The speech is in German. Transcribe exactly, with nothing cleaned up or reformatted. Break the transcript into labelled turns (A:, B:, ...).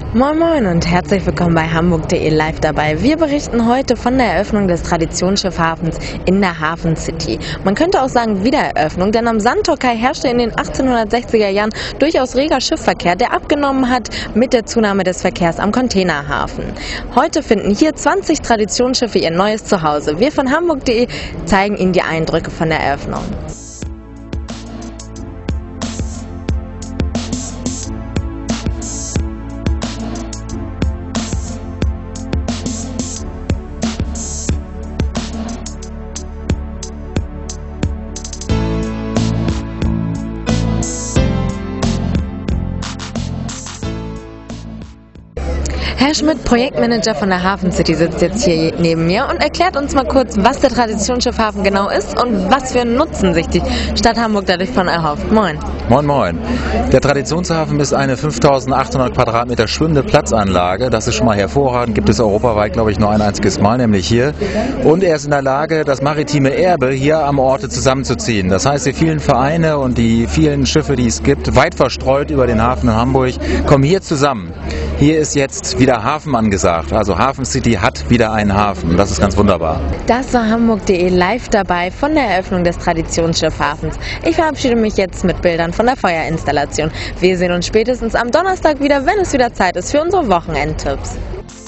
A: Moin Moin und herzlich willkommen bei Hamburg punkt de live dabei. Wir berichten heute von der Eröffnung des Traditionsschiffhafens in der Hafen City. Man könnte auch sagen Wiedereröffnung, denn am Sandtorkai herrschte in den achtzehnhundertsechziger Jahren durchaus reger Schiffverkehr, der abgenommen hat mit der Zunahme des Verkehrs am Containerhafen. Heute finden hier zwanzig Traditionsschiffe ihr neues Zuhause. Wir von Hamburg punkt de zeigen Ihnen die Eindrücke von der Eröffnung. Herr Schmidt, Projektmanager von der Hafen City, sitzt jetzt hier neben mir und erklärt uns mal kurz, was der Traditionsschiffhafen genau ist und was für einen Nutzen sich die Stadt Hamburg dadurch von erhofft. Moin.
B: Moin Moin. Der Traditionshafen ist eine fünftausendachthundert Quadratmeter schwimmende Platzanlage. Das ist schon mal hervorragend. Gibt es europaweit, glaube ich, nur ein einziges Mal, nämlich hier. Und er ist in der Lage, das maritime Erbe hier am Orte zusammenzuziehen. Das heißt, die vielen Vereine und die vielen Schiffe, die es gibt, weit verstreut über den Hafen in Hamburg, kommen hier zusammen. Hier ist jetzt wieder Hafen angesagt. Also Hafen City hat wieder einen Hafen. Das ist ganz wunderbar.
A: Das war Hamburg punkt de live dabei von der Eröffnung des Traditionsschiffhafens. Ich verabschiede mich jetzt mit Bildern von der Feuerinstallation. Wir sehen uns spätestens am Donnerstag wieder, wenn es wieder Zeit ist für unsere Wochenendtipps.